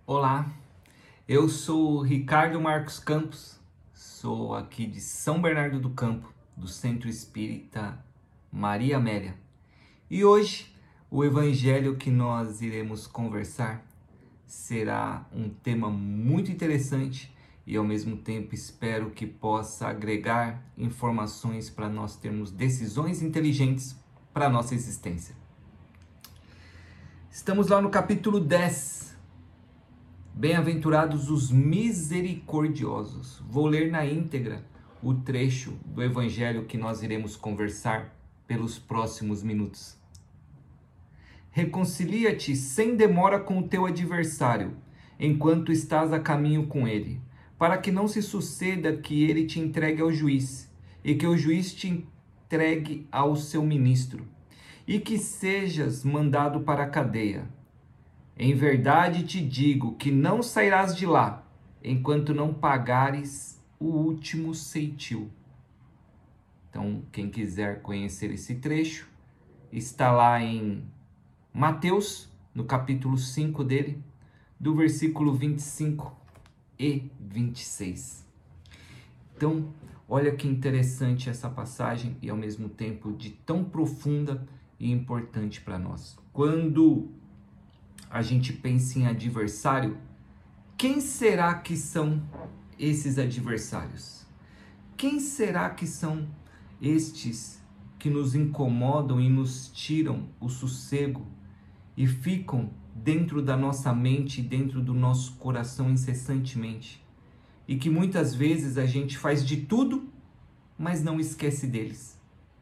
Olá, eu sou Ricardo Marcos Campos, sou aqui de São Bernardo do Campo, do Centro Espírita Maria Amélia. E hoje o evangelho que nós iremos conversar será um tema muito interessante e ao mesmo tempo espero que possa agregar informações para nós termos decisões inteligentes para a nossa existência. Estamos lá no capítulo 10. Bem-aventurados os misericordiosos. Vou ler na íntegra o trecho do evangelho que nós iremos conversar pelos próximos minutos. Reconcilia-te sem demora com o teu adversário, enquanto estás a caminho com ele, para que não se suceda que ele te entregue ao juiz, e que o juiz te entregue ao seu ministro, e que sejas mandado para a cadeia. Em verdade te digo que não sairás de lá, enquanto não pagares o último ceitil. Então, quem quiser conhecer esse trecho, está lá em Mateus, no capítulo 5 dele, do versículo 25 e 26. Então, olha que interessante essa passagem e ao mesmo tempo de tão profunda e importante para nós. Quando a gente pensa em adversário, quem será que são esses adversários? Quem será que são estes que nos incomodam e nos tiram o sossego e ficam dentro da nossa mente, dentro do nosso coração incessantemente? E que muitas vezes a gente faz de tudo, mas não esquece deles.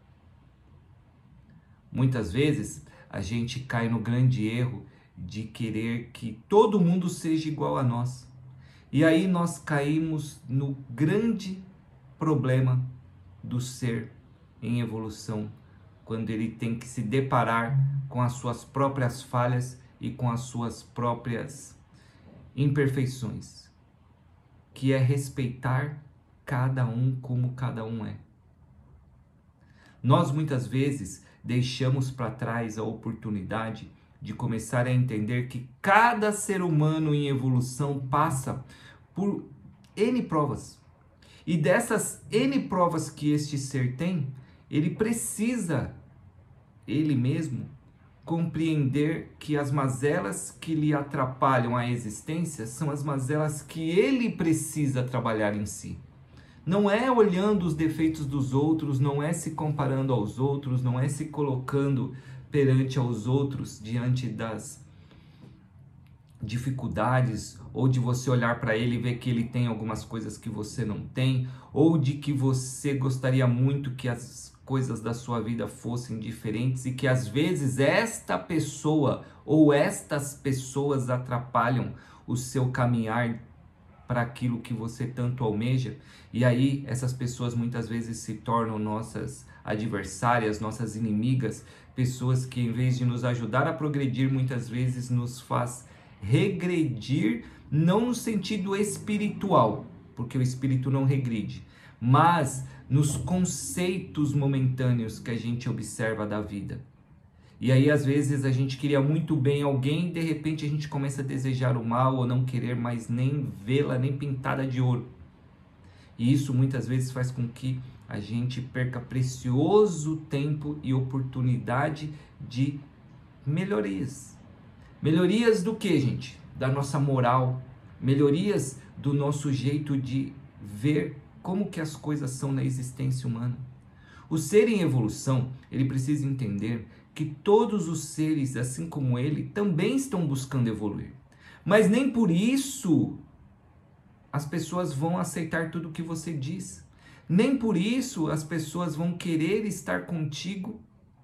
Muitas vezes a gente cai no grande erro de querer que todo mundo seja igual a nós. E aí nós caímos no grande problema do ser em evolução, quando ele tem que se deparar com as suas próprias falhas e com as suas próprias imperfeições, que é respeitar cada um como cada um é. Nós muitas vezes deixamos para trás a oportunidade de começar a entender que cada ser humano em evolução passa por N provas. E dessas N provas que este ser tem, ele precisa, ele mesmo, compreender que as mazelas que lhe atrapalham a existência são as mazelas que ele precisa trabalhar em si. Não é olhando os defeitos dos outros, não é se comparando aos outros, não é se colocando perante aos outros, diante das dificuldades, ou de você olhar para ele e ver que ele tem algumas coisas que você não tem, ou de que você gostaria muito que as coisas da sua vida fossem diferentes e que às vezes esta pessoa ou estas pessoas atrapalham o seu caminhar para aquilo que você tanto almeja, e aí essas pessoas muitas vezes se tornam nossas adversárias, nossas inimigas, pessoas que em vez de nos ajudar a progredir, muitas vezes nos faz regredir, não no sentido espiritual, porque o espírito não regride, mas nos conceitos momentâneos que a gente observa da vida. E aí, às vezes, a gente queria muito bem alguém e, de repente, a gente começa a desejar o mal ou não querer mais nem vê-la, nem pintada de ouro. E isso, muitas vezes, faz com que a gente perca precioso tempo e oportunidade de melhorias. Melhorias do que, gente? Da nossa moral. Melhorias do nosso jeito de ver como que as coisas são na existência humana. O ser em evolução, ele precisa entender que todos os seres, assim como ele, também estão buscando evoluir. Mas nem por isso as pessoas vão aceitar tudo o que você diz. Nem por isso as pessoas vão querer estar contigo,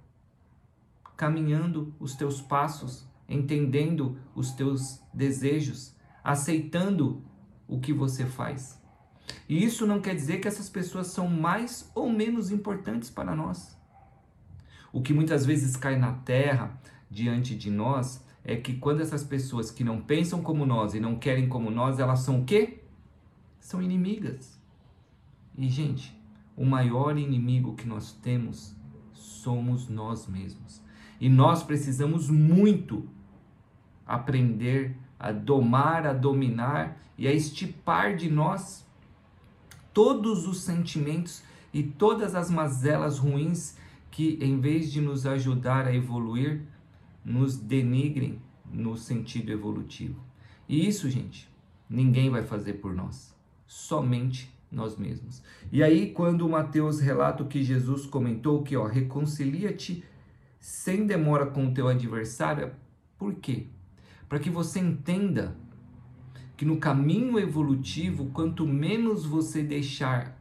caminhando os teus passos, entendendo os teus desejos, aceitando o que você faz. E isso não quer dizer que essas pessoas são mais ou menos importantes para nós. O que muitas vezes cai na terra diante de nós é que quando essas pessoas que não pensam como nós e não querem como nós, elas são o quê? São inimigas. E, gente, o maior inimigo que nós temos somos nós mesmos. E nós precisamos muito aprender a domar, a dominar e a extirpar de nós todos os sentimentos e todas as mazelas ruins que, em vez de nos ajudar a evoluir, nos denigrem no sentido evolutivo. E isso, gente, ninguém vai fazer por nós, somente nós mesmos. E aí, quando o Mateus relata o que Jesus comentou, que reconcilia-te sem demora com o teu adversário, por quê? Para que você entenda que no caminho evolutivo, quanto menos você deixar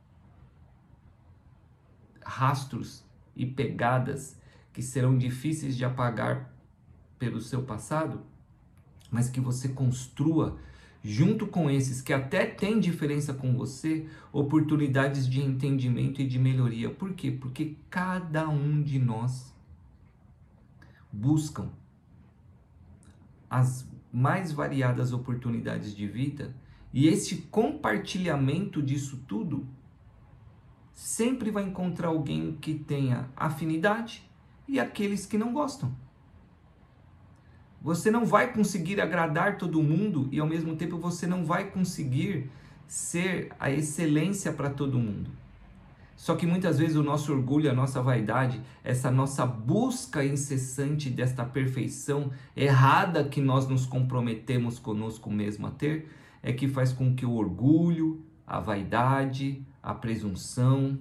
rastros e pegadas que serão difíceis de apagar pelo seu passado, mas que você construa junto com esses que até têm diferença com você, oportunidades de entendimento e de melhoria. Por quê? Porque cada um de nós buscam as mais variadas oportunidades de vida, e esse compartilhamento disso tudo sempre vai encontrar alguém que tenha afinidade e aqueles que não gostam. Você não vai conseguir agradar todo mundo e ao mesmo tempo você não vai conseguir ser a excelência para todo mundo. Só que muitas vezes o nosso orgulho, a nossa vaidade, essa nossa busca incessante desta perfeição errada que nós nos comprometemos conosco mesmo a ter, é que faz com que o orgulho, a vaidade, a presunção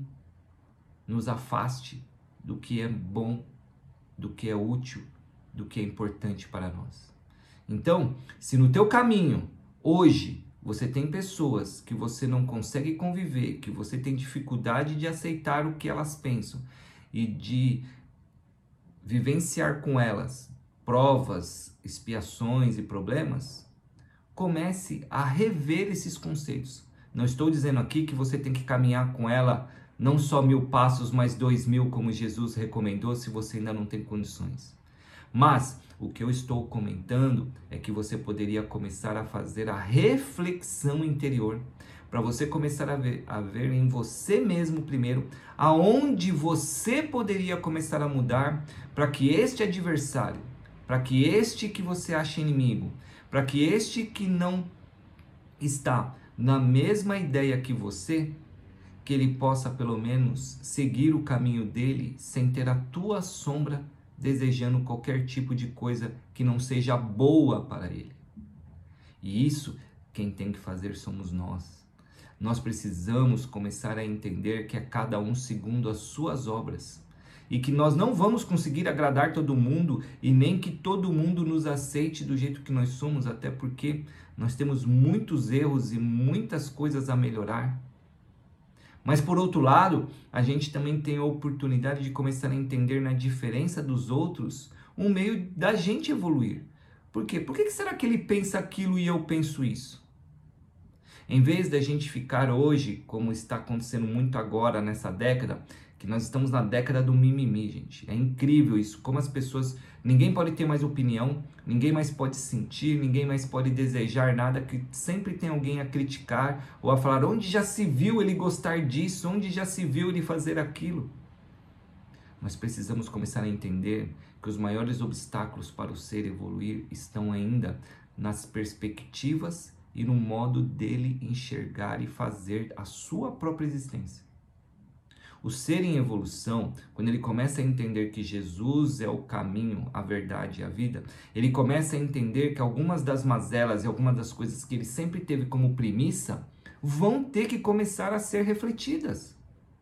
nos afaste do que é bom, do que é útil, do que é importante para nós. Então, se no teu caminho, hoje, você tem pessoas que você não consegue conviver, que você tem dificuldade de aceitar o que elas pensam e de vivenciar com elas provas, expiações e problemas, comece a rever esses conceitos. Não estou dizendo aqui que você tem que caminhar com ela não só 1000 passos, mas 2000, como Jesus recomendou, se você ainda não tem condições. Mas o que eu estou comentando é que você poderia começar a fazer a reflexão interior, para você começar a ver em você mesmo primeiro, aonde você poderia começar a mudar para que este adversário, para que este que você acha inimigo, para que este que não está na mesma ideia que você, que ele possa pelo menos seguir o caminho dele sem ter a tua sombra desejando qualquer tipo de coisa que não seja boa para ele. E isso, quem tem que fazer somos nós. Nós precisamos começar a entender que é cada um segundo as suas obras. E que nós não vamos conseguir agradar todo mundo e nem que todo mundo nos aceite do jeito que nós somos, até porque nós temos muitos erros e muitas coisas a melhorar. Mas por outro lado, a gente também tem a oportunidade de começar a entender na diferença dos outros um meio da gente evoluir. Por quê? Por que será que ele pensa aquilo e eu penso isso? Em vez da gente ficar hoje, como está acontecendo muito agora nessa década, que nós estamos na década do mimimi, gente. É incrível isso, como as pessoas, ninguém pode ter mais opinião, ninguém mais pode sentir, ninguém mais pode desejar nada, que sempre tem alguém a criticar ou a falar onde já se viu ele gostar disso, onde já se viu ele fazer aquilo. Nós precisamos começar a entender que os maiores obstáculos para o ser evoluir estão ainda nas perspectivas e no modo dele enxergar e fazer a sua própria existência. O ser em evolução, quando ele começa a entender que Jesus é o caminho, a verdade e a vida, ele começa a entender que algumas das mazelas e algumas das coisas que ele sempre teve como premissa vão ter que começar a ser refletidas.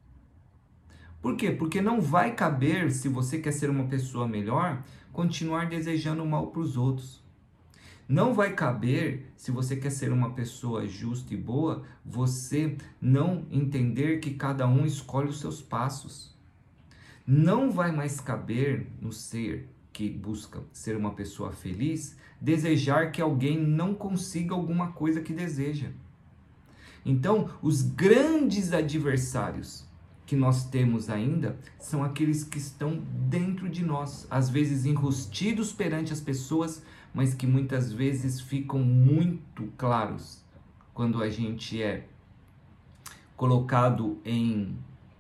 Por quê? Porque não vai caber, se você quer ser uma pessoa melhor, continuar desejando mal para os outros. Não vai caber, se você quer ser uma pessoa justa e boa, você não entender que cada um escolhe os seus passos. Não vai mais caber no ser que busca ser uma pessoa feliz, desejar que alguém não consiga alguma coisa que deseja. Então, os grandes adversários que nós temos ainda são aqueles que estão dentro de nós, às vezes enrustidos perante as pessoas, mas que muitas vezes ficam muito claros quando a gente é colocado em,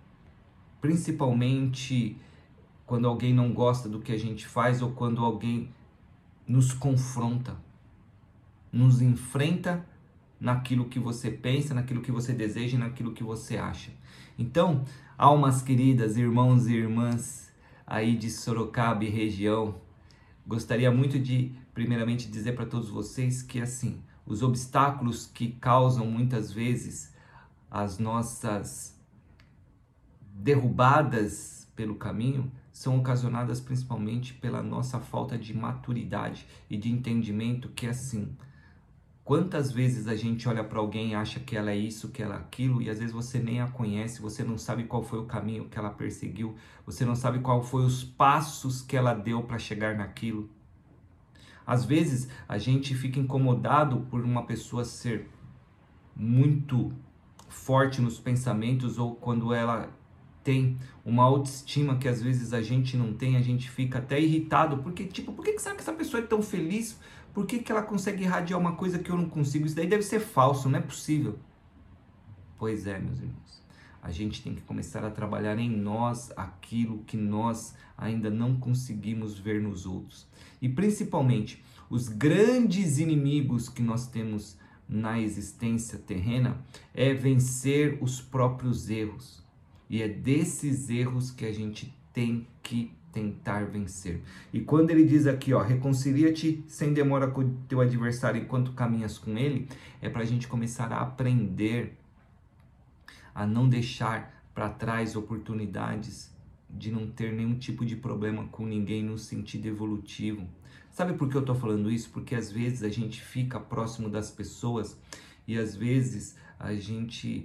principalmente quando alguém não gosta do que a gente faz ou quando alguém nos confronta. nos enfrenta naquilo que você pensa, naquilo que você deseja e naquilo que você acha. Então, almas queridas, irmãos e irmãs aí de Sorocaba e região, gostaria muito de, primeiramente, dizer para todos vocês que, assim, os obstáculos que causam muitas vezes as nossas derrubadas pelo caminho são ocasionadas principalmente pela nossa falta de maturidade e de entendimento que, assim, quantas vezes a gente olha para alguém e acha que ela é isso, que ela é aquilo, e às vezes você nem a conhece, você não sabe qual foi o caminho que ela perseguiu, você não sabe qual foi os passos que ela deu para chegar naquilo. Às vezes a gente fica incomodado por uma pessoa ser muito forte nos pensamentos, ou quando ela tem uma autoestima que às vezes a gente não tem, a gente fica até irritado, porque tipo, por que será que essa pessoa é tão feliz? Por que ela consegue irradiar uma coisa que eu não consigo? Isso daí deve ser falso, não é possível. Pois é, meus irmãos. A gente tem que começar a trabalhar em nós aquilo que nós ainda não conseguimos ver nos outros. E principalmente, os grandes inimigos que nós temos na existência terrena é vencer os próprios erros. E é desses erros que a gente tem que tentar vencer. E quando ele diz aqui, ó, reconcilia-te sem demora com o teu adversário enquanto caminhas com ele, é para a gente começar a aprender a não deixar para trás oportunidades de não ter nenhum tipo de problema com ninguém no sentido evolutivo. Sabe por que eu estou falando isso? Porque às vezes a gente fica próximo das pessoas e às vezes a gente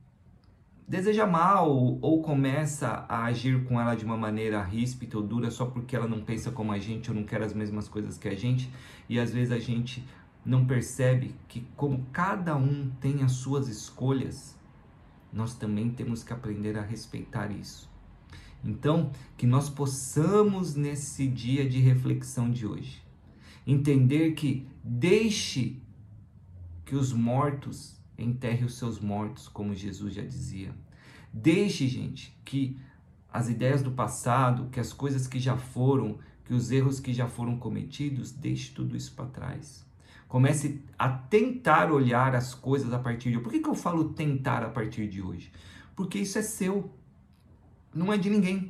deseja mal ou começa a agir com ela de uma maneira ríspida ou dura só porque ela não pensa como a gente ou não quer as mesmas coisas que a gente, e às vezes a gente não percebe que, como cada um tem as suas escolhas, nós também temos que aprender a respeitar isso. Então, que nós possamos nesse dia de reflexão de hoje entender que deixe que os mortos enterrem os seus mortos, como Jesus já dizia. Deixe, gente, que as ideias do passado, que as coisas que já foram, que os erros que já foram cometidos, deixe tudo isso para trás. Comece a tentar olhar as coisas a partir de hoje. Por que eu falo tentar a partir de hoje? Porque isso é seu, não é de ninguém.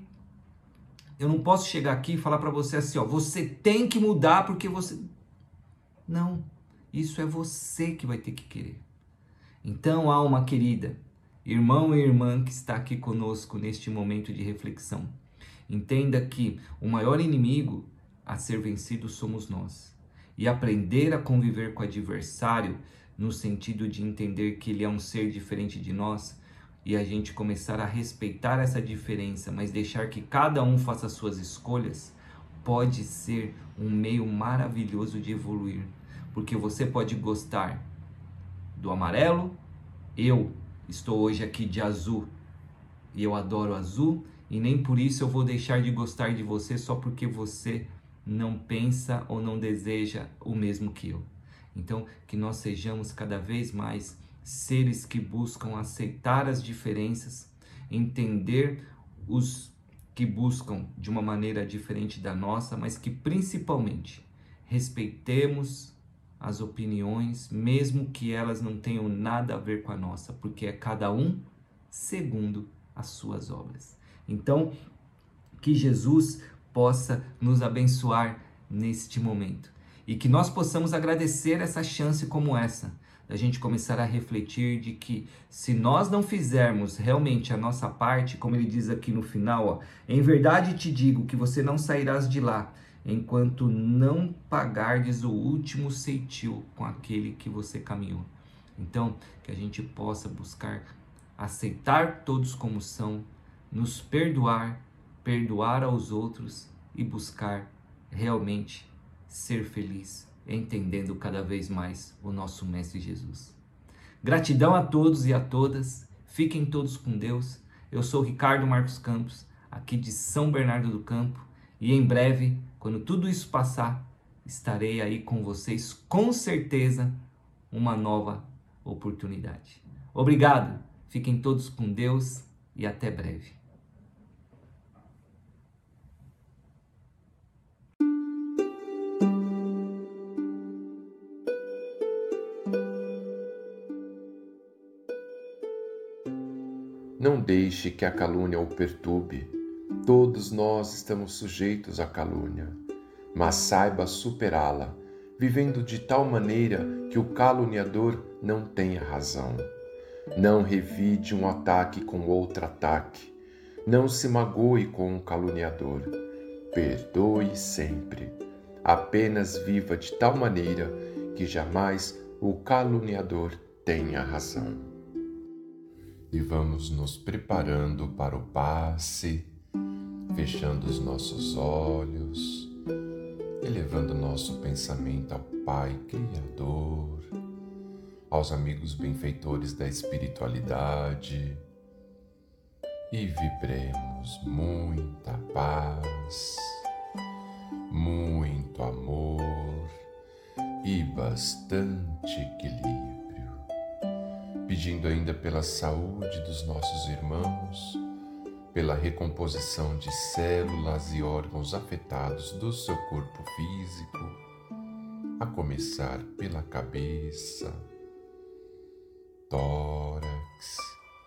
Eu não posso chegar aqui e falar para você assim, ó, você tem que mudar porque você... Não, isso é você que vai ter que querer. Então, alma querida, irmão e irmã que está aqui conosco neste momento de reflexão, entenda que o maior inimigo a ser vencido somos nós. E aprender a conviver com o adversário, no sentido de entender que ele é um ser diferente de nós, e a gente começar a respeitar essa diferença, mas deixar que cada um faça suas escolhas, pode ser um meio maravilhoso de evoluir. Porque você pode gostar do amarelo, eu estou hoje aqui de azul e eu adoro azul, e nem por isso eu vou deixar de gostar de você só porque você não pensa ou não deseja o mesmo que eu. Então, que nós sejamos cada vez mais seres que buscam aceitar as diferenças, entender os que buscam de uma maneira diferente da nossa, mas que principalmente respeitemos as opiniões, mesmo que elas não tenham nada a ver com a nossa, porque é cada um segundo as suas obras. Então, que Jesus possa nos abençoar neste momento e que nós possamos agradecer essa chance como essa, da gente começar a refletir de que se nós não fizermos realmente a nossa parte, como ele diz aqui no final, ó, em verdade te digo que você não sairás de lá enquanto não pagardes o último ceitil com aquele que você caminhou. Então, que a gente possa buscar aceitar todos como são, nos perdoar, perdoar aos outros e buscar realmente ser feliz, entendendo cada vez mais o nosso Mestre Jesus. Gratidão a todos e a todas, fiquem todos com Deus. Eu sou Ricardo Marcos Campos, aqui de São Bernardo do Campo, e em breve, quando tudo isso passar, estarei aí com vocês, com certeza, uma nova oportunidade. Obrigado, fiquem todos com Deus e até breve. Não deixe que a calúnia o perturbe. Todos nós estamos sujeitos à calúnia, mas saiba superá-la, vivendo de tal maneira que o caluniador não tenha razão. Não revide um ataque com outro ataque. Não se magoe com um caluniador. Perdoe sempre. Apenas viva de tal maneira que jamais o caluniador tenha razão. E vamos nos preparando para o passe, fechando os nossos olhos, elevando nosso pensamento ao Pai Criador, aos amigos benfeitores da espiritualidade, e vibremos muita paz, muito amor e bastante equilíbrio. Pedindo ainda pela saúde dos nossos irmãos, pela recomposição de células e órgãos afetados do seu corpo físico, a começar pela cabeça, tórax,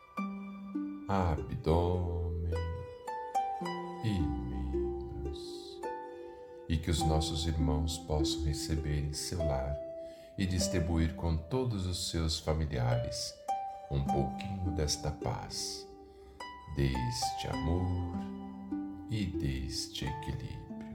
abdômen e membros, e que os nossos irmãos possam receber em seu lar e distribuir com todos os seus familiares um pouquinho desta paz, deste amor e deste equilíbrio.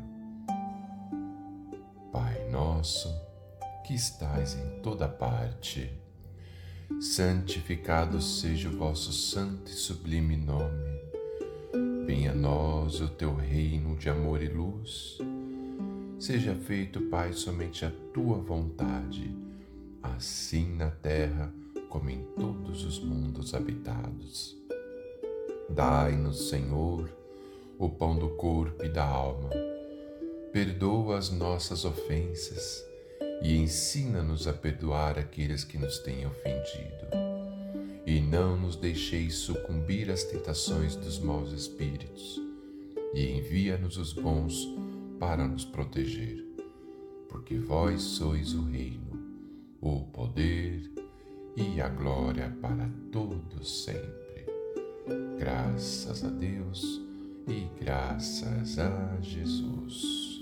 Pai nosso, que estais em toda parte, santificado seja o vosso santo e sublime nome. Venha a nós o teu reino de amor e luz. Seja feito, Pai, somente a tua vontade, assim na terra como em todos os mundos habitados. Dai-nos, Senhor, o pão do corpo e da alma. Perdoa as nossas ofensas e ensina-nos a perdoar aqueles que nos têm ofendido. E não nos deixeis sucumbir às tentações dos maus espíritos, e envia-nos os bons para nos proteger, porque vós sois o reino, o poder e a glória para todos sempre. Graças a Deus e graças a Jesus.